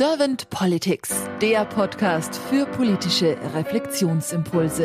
Servant Politics, der Podcast für politische Reflexionsimpulse.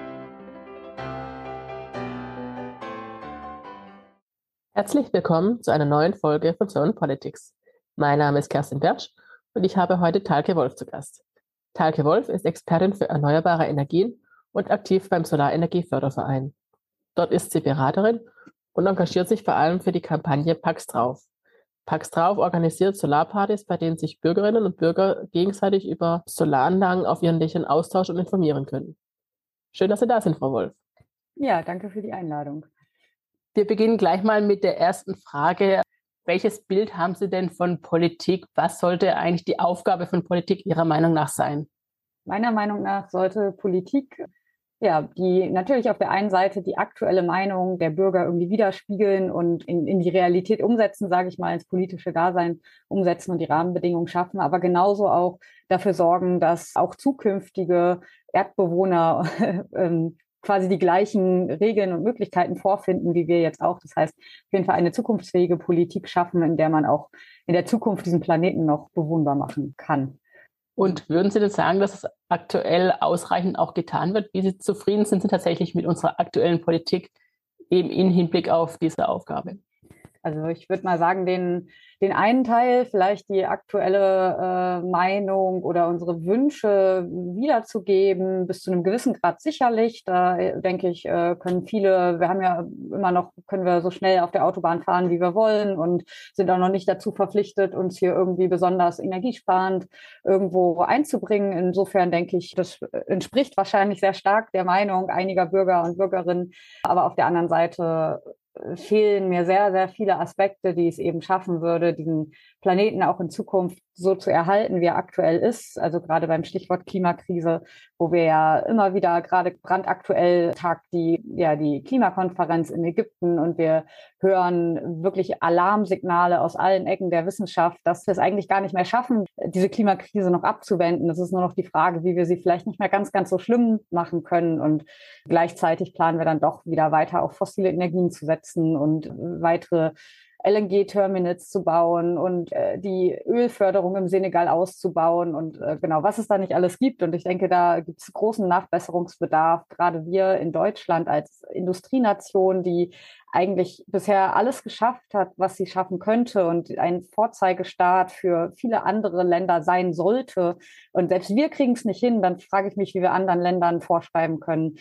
Herzlich willkommen zu einer neuen Folge von Servant Politics. Mein Name ist Kerstin Bertsch und ich habe heute Talke Wolf zu Gast. Talke Wolf ist Expertin für erneuerbare Energien und aktiv beim Solarenergieförderverein. Dort ist sie Beraterin und engagiert sich vor allem für die Kampagne Pax Drauf. Pax Drauf organisiert Solarpartys, bei denen sich Bürgerinnen und Bürger gegenseitig über Solaranlagen auf ihren Dächern austauschen und informieren können. Schön, dass Sie da sind, Frau Wolf. Ja, danke für die Einladung. Wir beginnen gleich mal mit der ersten Frage. Welches Bild haben Sie denn von Politik? Was sollte eigentlich die Aufgabe von Politik Ihrer Meinung nach sein? Meiner Meinung nach sollte Politik die natürlich auf der einen Seite die aktuelle Meinung der Bürger irgendwie widerspiegeln und in die Realität umsetzen, sage ich mal, ins politische Dasein umsetzen und die Rahmenbedingungen schaffen, aber genauso auch dafür sorgen, dass auch zukünftige Erdbewohner quasi die gleichen Regeln und Möglichkeiten vorfinden, wie wir jetzt auch. Das heißt, auf jeden Fall eine zukunftsfähige Politik schaffen, in der man auch in der Zukunft diesen Planeten noch bewohnbar machen kann. Und würden Sie denn sagen, dass es aktuell ausreichend auch getan wird? Wie zufrieden sind Sie tatsächlich mit unserer aktuellen Politik eben im Hinblick auf diese Aufgabe? Also ich würde mal sagen, den einen Teil, vielleicht die aktuelle Meinung oder unsere Wünsche wiederzugeben, bis zu einem gewissen Grad sicherlich. Da denke ich, können wir so schnell auf der Autobahn fahren, wie wir wollen und sind auch noch nicht dazu verpflichtet, uns hier irgendwie besonders energiesparend irgendwo einzubringen. Insofern denke ich, das entspricht wahrscheinlich sehr stark der Meinung einiger Bürger und Bürgerinnen. Aber auf der anderen Seite fehlen mir sehr, sehr viele Aspekte, die es eben schaffen würde, diesen Planeten auch in Zukunft so zu erhalten, wie er aktuell ist. Also gerade beim Stichwort Klimakrise, wo wir ja immer wieder gerade brandaktuell tagt die Klimakonferenz in Ägypten und wir hören wirklich Alarmsignale aus allen Ecken der Wissenschaft, dass wir es eigentlich gar nicht mehr schaffen, diese Klimakrise noch abzuwenden. Das ist nur noch die Frage, wie wir sie vielleicht nicht mehr ganz, ganz so schlimm machen können. Und gleichzeitig planen wir dann doch wieder weiter auf fossile Energien zu setzen und weitere LNG-Terminals zu bauen und die Ölförderung im Senegal auszubauen und was es da nicht alles gibt. Und ich denke, da gibt es großen Nachbesserungsbedarf. Gerade wir in Deutschland als Industrienation, die eigentlich bisher alles geschafft hat, was sie schaffen könnte und ein Vorzeigestaat für viele andere Länder sein sollte. Und selbst wir kriegen es nicht hin. Dann frage ich mich, wie wir anderen Ländern vorschreiben können,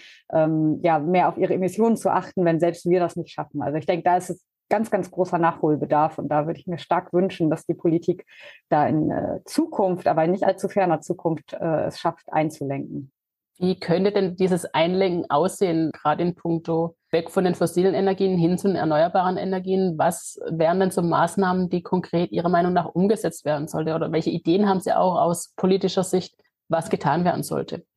mehr auf ihre Emissionen zu achten, wenn selbst wir das nicht schaffen. Also ich denke, da ist es ganz, ganz großer Nachholbedarf. Und da würde ich mir stark wünschen, dass die Politik da in Zukunft, aber in nicht allzu ferner Zukunft, es schafft, einzulenken. Wie könnte denn dieses Einlenken aussehen, gerade in puncto weg von den fossilen Energien hin zu den erneuerbaren Energien? Was wären denn so Maßnahmen, die konkret Ihrer Meinung nach umgesetzt werden sollten? Oder welche Ideen haben Sie auch aus politischer Sicht, was getan werden sollte?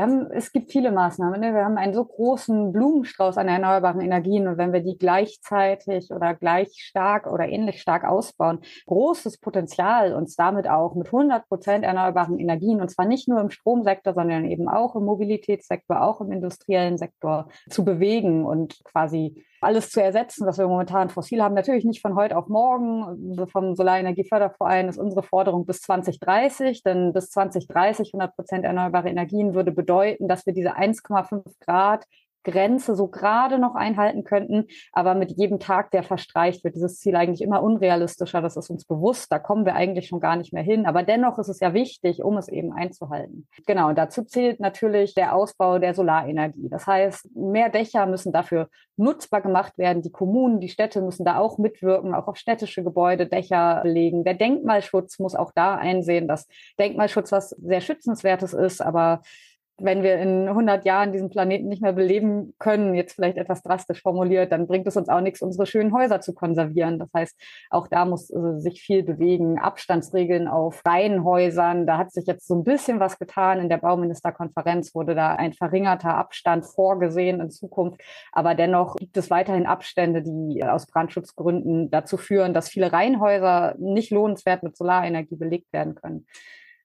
Es gibt viele Maßnahmen. Wir haben einen so großen Blumenstrauß an erneuerbaren Energien und wenn wir die gleichzeitig oder gleich stark oder ähnlich stark ausbauen, großes Potenzial, uns damit auch mit 100% erneuerbaren Energien und zwar nicht nur im Stromsektor, sondern eben auch im Mobilitätssektor, auch im industriellen Sektor zu bewegen und quasi alles zu ersetzen, was wir momentan fossil haben. Natürlich nicht von heute auf morgen. Vom Solarenergieförderverein ist unsere Forderung bis 2030, denn bis 2030 100% erneuerbare Energien würde bedeuten, dass wir diese 1,5 Grad Grenze so gerade noch einhalten könnten, aber mit jedem Tag, der verstreicht, wird dieses Ziel eigentlich immer unrealistischer. Das ist uns bewusst, da kommen wir eigentlich schon gar nicht mehr hin, aber dennoch ist es ja wichtig, um es eben einzuhalten. Genau, und dazu zählt natürlich der Ausbau der Solarenergie. Das heißt, mehr Dächer müssen dafür nutzbar gemacht werden. Die Kommunen, die Städte müssen da auch mitwirken, auch auf städtische Gebäude Dächer legen. Der Denkmalschutz muss auch da einsehen, dass Denkmalschutz was sehr Schützenswertes ist, aber wenn wir in 100 Jahren diesen Planeten nicht mehr beleben können, jetzt vielleicht etwas drastisch formuliert, dann bringt es uns auch nichts, unsere schönen Häuser zu konservieren. Das heißt, auch da muss sich viel bewegen. Abstandsregeln auf Reihenhäusern, da hat sich jetzt so ein bisschen was getan. In der Bauministerkonferenz wurde da ein verringerter Abstand vorgesehen in Zukunft. Aber dennoch gibt es weiterhin Abstände, die aus Brandschutzgründen dazu führen, dass viele Reihenhäuser nicht lohnenswert mit Solarenergie belegt werden können.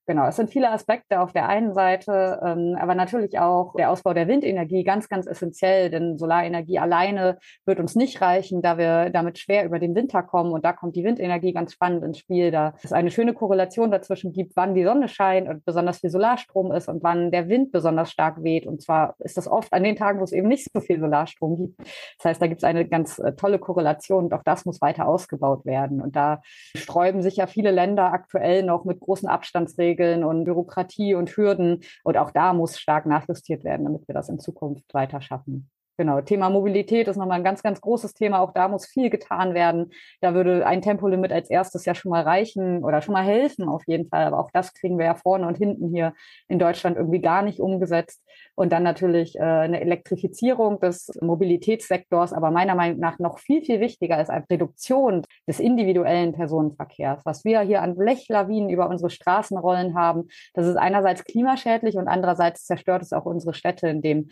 Genau, es sind viele Aspekte auf der einen Seite, aber natürlich auch der Ausbau der Windenergie ganz, ganz essentiell, denn Solarenergie alleine wird uns nicht reichen, da wir damit schwer über den Winter kommen. Und da kommt die Windenergie ganz spannend ins Spiel, da es eine schöne Korrelation dazwischen gibt, wann die Sonne scheint und besonders viel Solarstrom ist und wann der Wind besonders stark weht. Und zwar ist das oft an den Tagen, wo es eben nicht so viel Solarstrom gibt. Das heißt, da gibt es eine ganz tolle Korrelation und auch das muss weiter ausgebaut werden. Und da sträuben sich ja viele Länder aktuell noch mit großen Abstandsregeln und Bürokratie und Hürden. Und auch da muss stark nachjustiert werden, damit wir das in Zukunft weiter schaffen. Genau, Thema Mobilität ist nochmal ein ganz, ganz großes Thema. Auch da muss viel getan werden. Da würde ein Tempolimit als erstes ja schon mal reichen oder schon mal helfen auf jeden Fall. Aber auch das kriegen wir ja vorne und hinten hier in Deutschland irgendwie gar nicht umgesetzt. Und dann natürlich eine Elektrifizierung des Mobilitätssektors. Aber meiner Meinung nach noch viel, viel wichtiger ist eine Reduktion des individuellen Personenverkehrs. Was wir hier an Blechlawinen über unsere Straßen rollen haben, das ist einerseits klimaschädlich und andererseits zerstört es auch unsere Städte, indem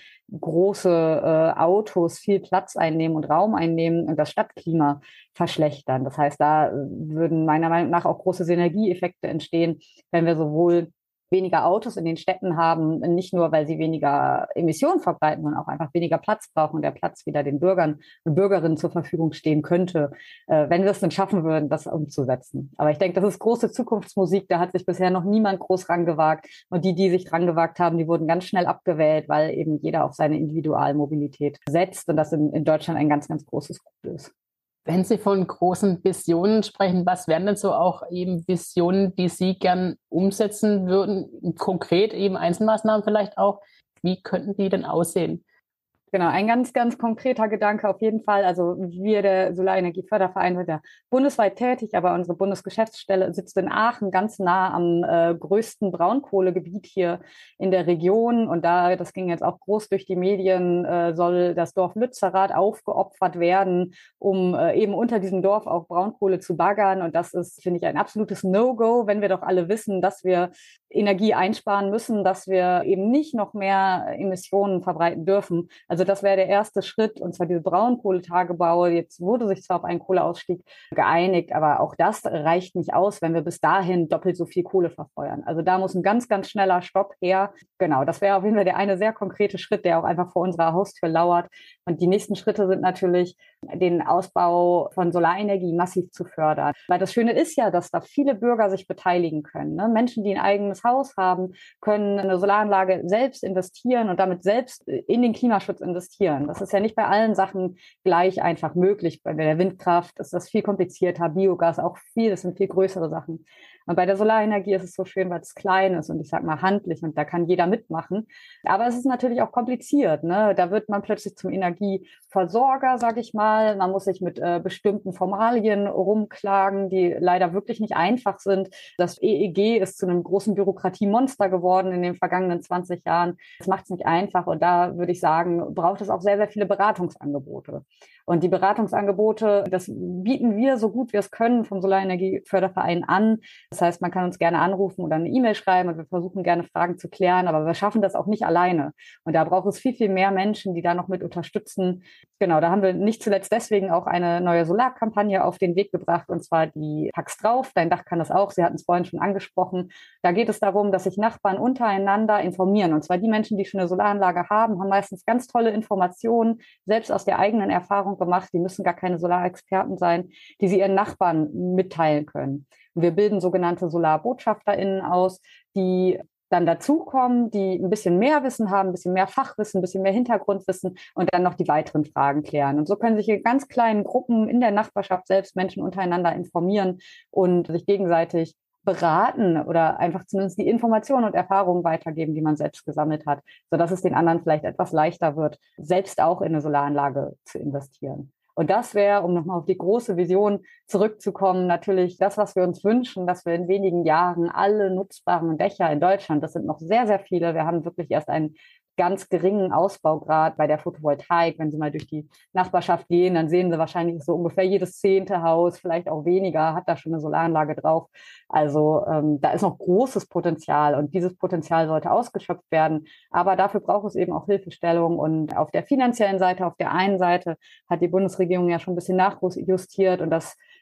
große Autos viel Platz einnehmen und Raum einnehmen und das Stadtklima verschlechtern. Das heißt, da würden meiner Meinung nach auch große Synergieeffekte entstehen, wenn wir sowohl weniger Autos in den Städten haben, nicht nur, weil sie weniger Emissionen verbreiten, sondern auch einfach weniger Platz brauchen und der Platz wieder den Bürgern und Bürgerinnen zur Verfügung stehen könnte, wenn wir es denn schaffen würden, das umzusetzen. Aber ich denke, das ist große Zukunftsmusik, da hat sich bisher noch niemand groß rangewagt und die sich dran gewagt haben, die wurden ganz schnell abgewählt, weil eben jeder auf seine Individualmobilität setzt und das in Deutschland ein ganz, ganz großes Gut ist. Wenn Sie von großen Visionen sprechen, was wären denn so auch eben Visionen, die Sie gern umsetzen würden? Konkret eben Einzelmaßnahmen vielleicht auch. Wie könnten die denn aussehen? Genau, ein ganz, ganz konkreter Gedanke auf jeden Fall. Also wir, der Solarenergieförderverein, sind ja bundesweit tätig, aber unsere Bundesgeschäftsstelle sitzt in Aachen, ganz nah am größten Braunkohlegebiet hier in der Region. Und da, das ging jetzt auch groß durch die Medien, soll das Dorf Lützerath aufgeopfert werden, um eben unter diesem Dorf auch Braunkohle zu baggern. Und das ist, finde ich, ein absolutes No-Go, wenn wir doch alle wissen, dass wir Energie einsparen müssen, dass wir eben nicht noch mehr Emissionen verbreiten dürfen. Also das wäre der erste Schritt, und zwar diese Braunkohletagebaue. Jetzt wurde sich zwar auf einen Kohleausstieg geeinigt, aber auch das reicht nicht aus, wenn wir bis dahin doppelt so viel Kohle verfeuern. Also da muss ein ganz, ganz schneller Stopp her. Genau, das wäre auf jeden Fall der eine sehr konkrete Schritt, der auch einfach vor unserer Haustür lauert. Und die nächsten Schritte sind natürlich, den Ausbau von Solarenergie massiv zu fördern. Weil das Schöne ist ja, dass da viele Bürger sich beteiligen können. Ne? Menschen, die ein eigenes Haus haben, können eine Solaranlage selbst investieren und damit selbst in den Klimaschutz investieren. Das ist ja nicht bei allen Sachen gleich einfach möglich. Bei der Windkraft ist das viel komplizierter, Biogas auch viel, das sind viel größere Sachen. Und bei der Solarenergie ist es so schön, weil es klein ist und ich sag mal handlich und da kann jeder mitmachen. Aber es ist natürlich auch kompliziert. Ne? Da wird man plötzlich zum Energieversorger, sage ich mal. Man muss sich mit bestimmten Formalien rumklagen, die leider wirklich nicht einfach sind. Das EEG ist zu einem großen Bürokratiemonster geworden in den vergangenen 20 Jahren. Das macht es nicht einfach und da würde ich sagen, braucht es auch sehr, sehr viele Beratungsangebote. Und die Beratungsangebote, das bieten wir so gut wir es können vom Solarenergieförderverein an. Das heißt, man kann uns gerne anrufen oder eine E-Mail schreiben und wir versuchen gerne Fragen zu klären, aber wir schaffen das auch nicht alleine. Und da braucht es viel, viel mehr Menschen, die da noch mit unterstützen. Genau, da haben wir nicht zuletzt deswegen auch eine neue Solarkampagne auf den Weg gebracht, und zwar die Pack's drauf, dein Dach kann das auch. Sie hatten es vorhin schon angesprochen. Da geht es darum, dass sich Nachbarn untereinander informieren. Und zwar die Menschen, die schon eine Solaranlage haben, haben meistens ganz tolle Informationen, selbst aus der eigenen Erfahrung gemacht. Die müssen gar keine Solarexperten sein, die sie ihren Nachbarn mitteilen können. Und wir bilden sogenannte SolarbotschafterInnen aus, die dann dazukommen, die ein bisschen mehr Wissen haben, ein bisschen mehr Fachwissen, ein bisschen mehr Hintergrundwissen und dann noch die weiteren Fragen klären. Und so können sich in ganz kleinen Gruppen in der Nachbarschaft selbst Menschen untereinander informieren und sich gegenseitig beraten oder einfach zumindest die Informationen und Erfahrungen weitergeben, die man selbst gesammelt hat, sodass es den anderen vielleicht etwas leichter wird, selbst auch in eine Solaranlage zu investieren. Und das wäre, um nochmal auf die große Vision zurückzukommen, natürlich das, was wir uns wünschen, dass wir in wenigen Jahren alle nutzbaren Dächer in Deutschland, das sind noch sehr, sehr viele, wir haben wirklich erst einen ganz geringen Ausbaugrad bei der Photovoltaik. Wenn Sie mal durch die Nachbarschaft gehen, dann sehen Sie wahrscheinlich so ungefähr jedes 10. Haus, vielleicht auch weniger, hat da schon eine Solaranlage drauf. Also da ist noch großes Potenzial und dieses Potenzial sollte ausgeschöpft werden. Aber dafür braucht es eben auch Hilfestellung. Und auf der finanziellen Seite, auf der einen Seite hat die Bundesregierung ja schon ein bisschen nachjustiert und das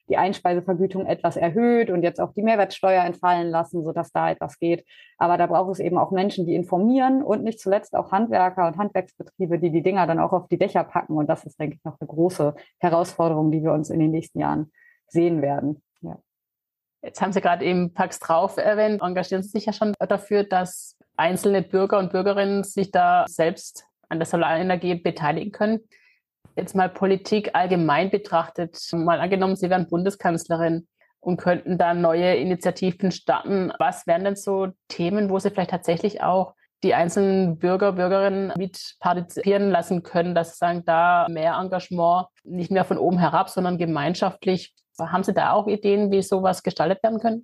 die Einspeisevergütung etwas erhöht und jetzt auch die Mehrwertsteuer entfallen lassen, sodass da etwas geht. Aber da braucht es eben auch Menschen, die informieren und nicht zuletzt auch Handwerker und Handwerksbetriebe, die die Dinger dann auch auf die Dächer packen. Und das ist, denke ich, noch eine große Herausforderung, die wir uns in den nächsten Jahren sehen werden. Ja. Jetzt haben Sie gerade eben Pax drauf erwähnt. Engagieren Sie sich ja schon dafür, dass einzelne Bürger und Bürgerinnen sich da selbst an der Solarenergie beteiligen können. Jetzt mal Politik allgemein betrachtet. Mal angenommen, Sie wären Bundeskanzlerin und könnten da neue Initiativen starten. Was wären denn so Themen, wo Sie vielleicht tatsächlich auch die einzelnen Bürger, Bürgerinnen mit partizipieren lassen können, dass Sie sagen, da mehr Engagement, nicht mehr von oben herab, sondern gemeinschaftlich. Haben Sie da auch Ideen, wie sowas gestaltet werden können?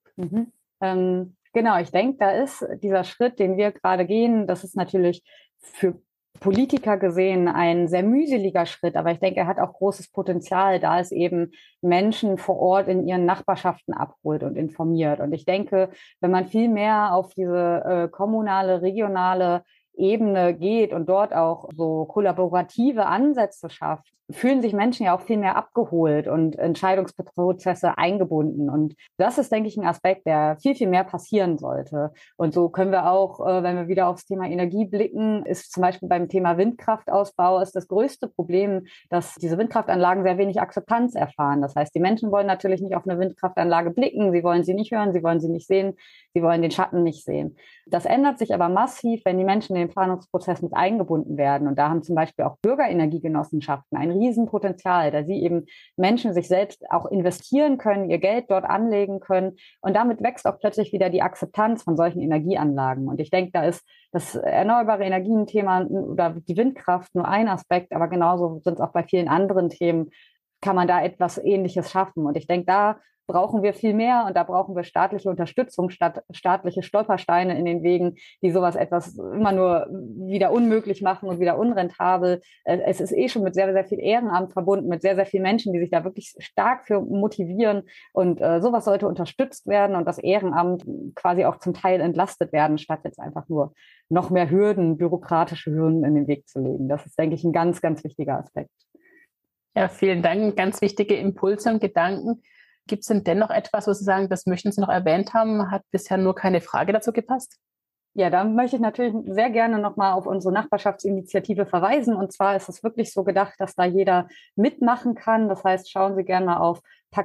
Genau, ich denke, da ist dieser Schritt, den wir gerade gehen, das ist natürlich für Politiker gesehen ein sehr mühseliger Schritt, aber ich denke, er hat auch großes Potenzial, da es eben Menschen vor Ort in ihren Nachbarschaften abholt und informiert. Und ich denke, wenn man viel mehr auf diese kommunale, regionale Ebene geht und dort auch so kollaborative Ansätze schafft, fühlen sich Menschen ja auch viel mehr abgeholt und Entscheidungsprozesse eingebunden. Und das ist, denke ich, ein Aspekt, der viel, viel mehr passieren sollte. Und so können wir auch, wenn wir wieder aufs Thema Energie blicken, ist zum Beispiel beim Thema Windkraftausbau ist das größte Problem, dass diese Windkraftanlagen sehr wenig Akzeptanz erfahren. Das heißt, die Menschen wollen natürlich nicht auf eine Windkraftanlage blicken, sie wollen sie nicht hören, sie wollen sie nicht sehen, sie wollen den Schatten nicht sehen. Das ändert sich aber massiv, wenn die Menschen in den Planungsprozess mit eingebunden werden. Und da haben zum Beispiel auch Bürgerenergiegenossenschaften ein Riesenpotenzial, da sie eben Menschen sich selbst auch investieren können, ihr Geld dort anlegen können. Und damit wächst auch plötzlich wieder die Akzeptanz von solchen Energieanlagen. Und ich denke, da ist das erneuerbare Energien-Thema oder die Windkraft nur ein Aspekt, aber genauso sind es auch bei vielen anderen Themen, kann man da etwas Ähnliches schaffen. Und ich denke, da brauchen wir viel mehr und da brauchen wir staatliche Unterstützung statt staatliche Stolpersteine in den Wegen, die sowas etwas immer nur wieder unmöglich machen und wieder unrentabel. Es ist schon mit sehr, sehr viel Ehrenamt verbunden, mit sehr, sehr vielen Menschen, die sich da wirklich stark für motivieren und sowas sollte unterstützt werden und das Ehrenamt quasi auch zum Teil entlastet werden, statt jetzt einfach nur noch mehr Hürden, bürokratische Hürden in den Weg zu legen. Das ist, denke ich, ein ganz, ganz wichtiger Aspekt. Ja, vielen Dank. Ganz wichtige Impulse und Gedanken. Gibt es denn dennoch etwas, wo Sie sagen, das möchten Sie noch erwähnt haben, hat bisher nur keine Frage dazu gepasst? Ja, da möchte ich natürlich sehr gerne nochmal auf unsere Nachbarschaftsinitiative verweisen. Und zwar ist es wirklich so gedacht, dass da jeder mitmachen kann. Das heißt, schauen Sie gerne mal auf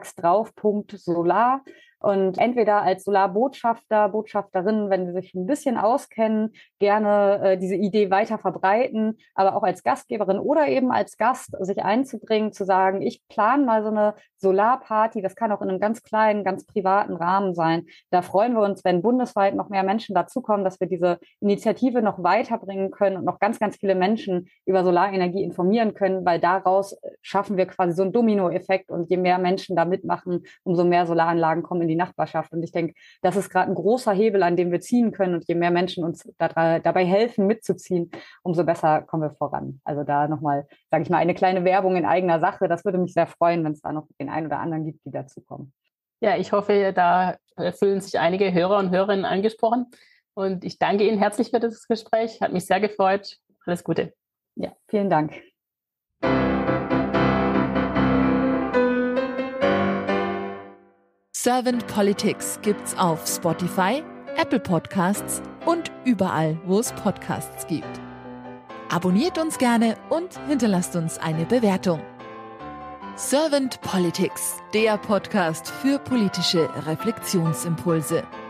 paxdrauf.solar. Und entweder als Solarbotschafter, Botschafterinnen, wenn Sie sich ein bisschen auskennen, gerne diese Idee weiter verbreiten, aber auch als Gastgeberin oder eben als Gast sich einzubringen, zu sagen, ich plane mal so eine Solarparty, das kann auch in einem ganz kleinen, ganz privaten Rahmen sein. Da freuen wir uns, wenn bundesweit noch mehr Menschen dazukommen, dass wir diese Initiative noch weiterbringen können und noch ganz, ganz viele Menschen über Solarenergie informieren können, weil daraus schaffen wir quasi so einen Dominoeffekt und je mehr Menschen da mitmachen, umso mehr Solaranlagen kommen in die Nachbarschaft. Und ich denke, das ist gerade ein großer Hebel, an dem wir ziehen können. Und je mehr Menschen uns dabei helfen, mitzuziehen, umso besser kommen wir voran. Also da nochmal, sage ich mal, eine kleine Werbung in eigener Sache. Das würde mich sehr freuen, wenn es da noch den einen oder anderen gibt, die dazukommen. Ja, ich hoffe, da fühlen sich einige Hörer und Hörerinnen angesprochen. Und ich danke Ihnen herzlich für das Gespräch. Hat mich sehr gefreut. Alles Gute. Ja, vielen Dank. Servant Politics gibt's auf Spotify, Apple Podcasts und überall, wo es Podcasts gibt. Abonniert uns gerne und hinterlasst uns eine Bewertung. Servant Politics, der Podcast für politische Reflexionsimpulse.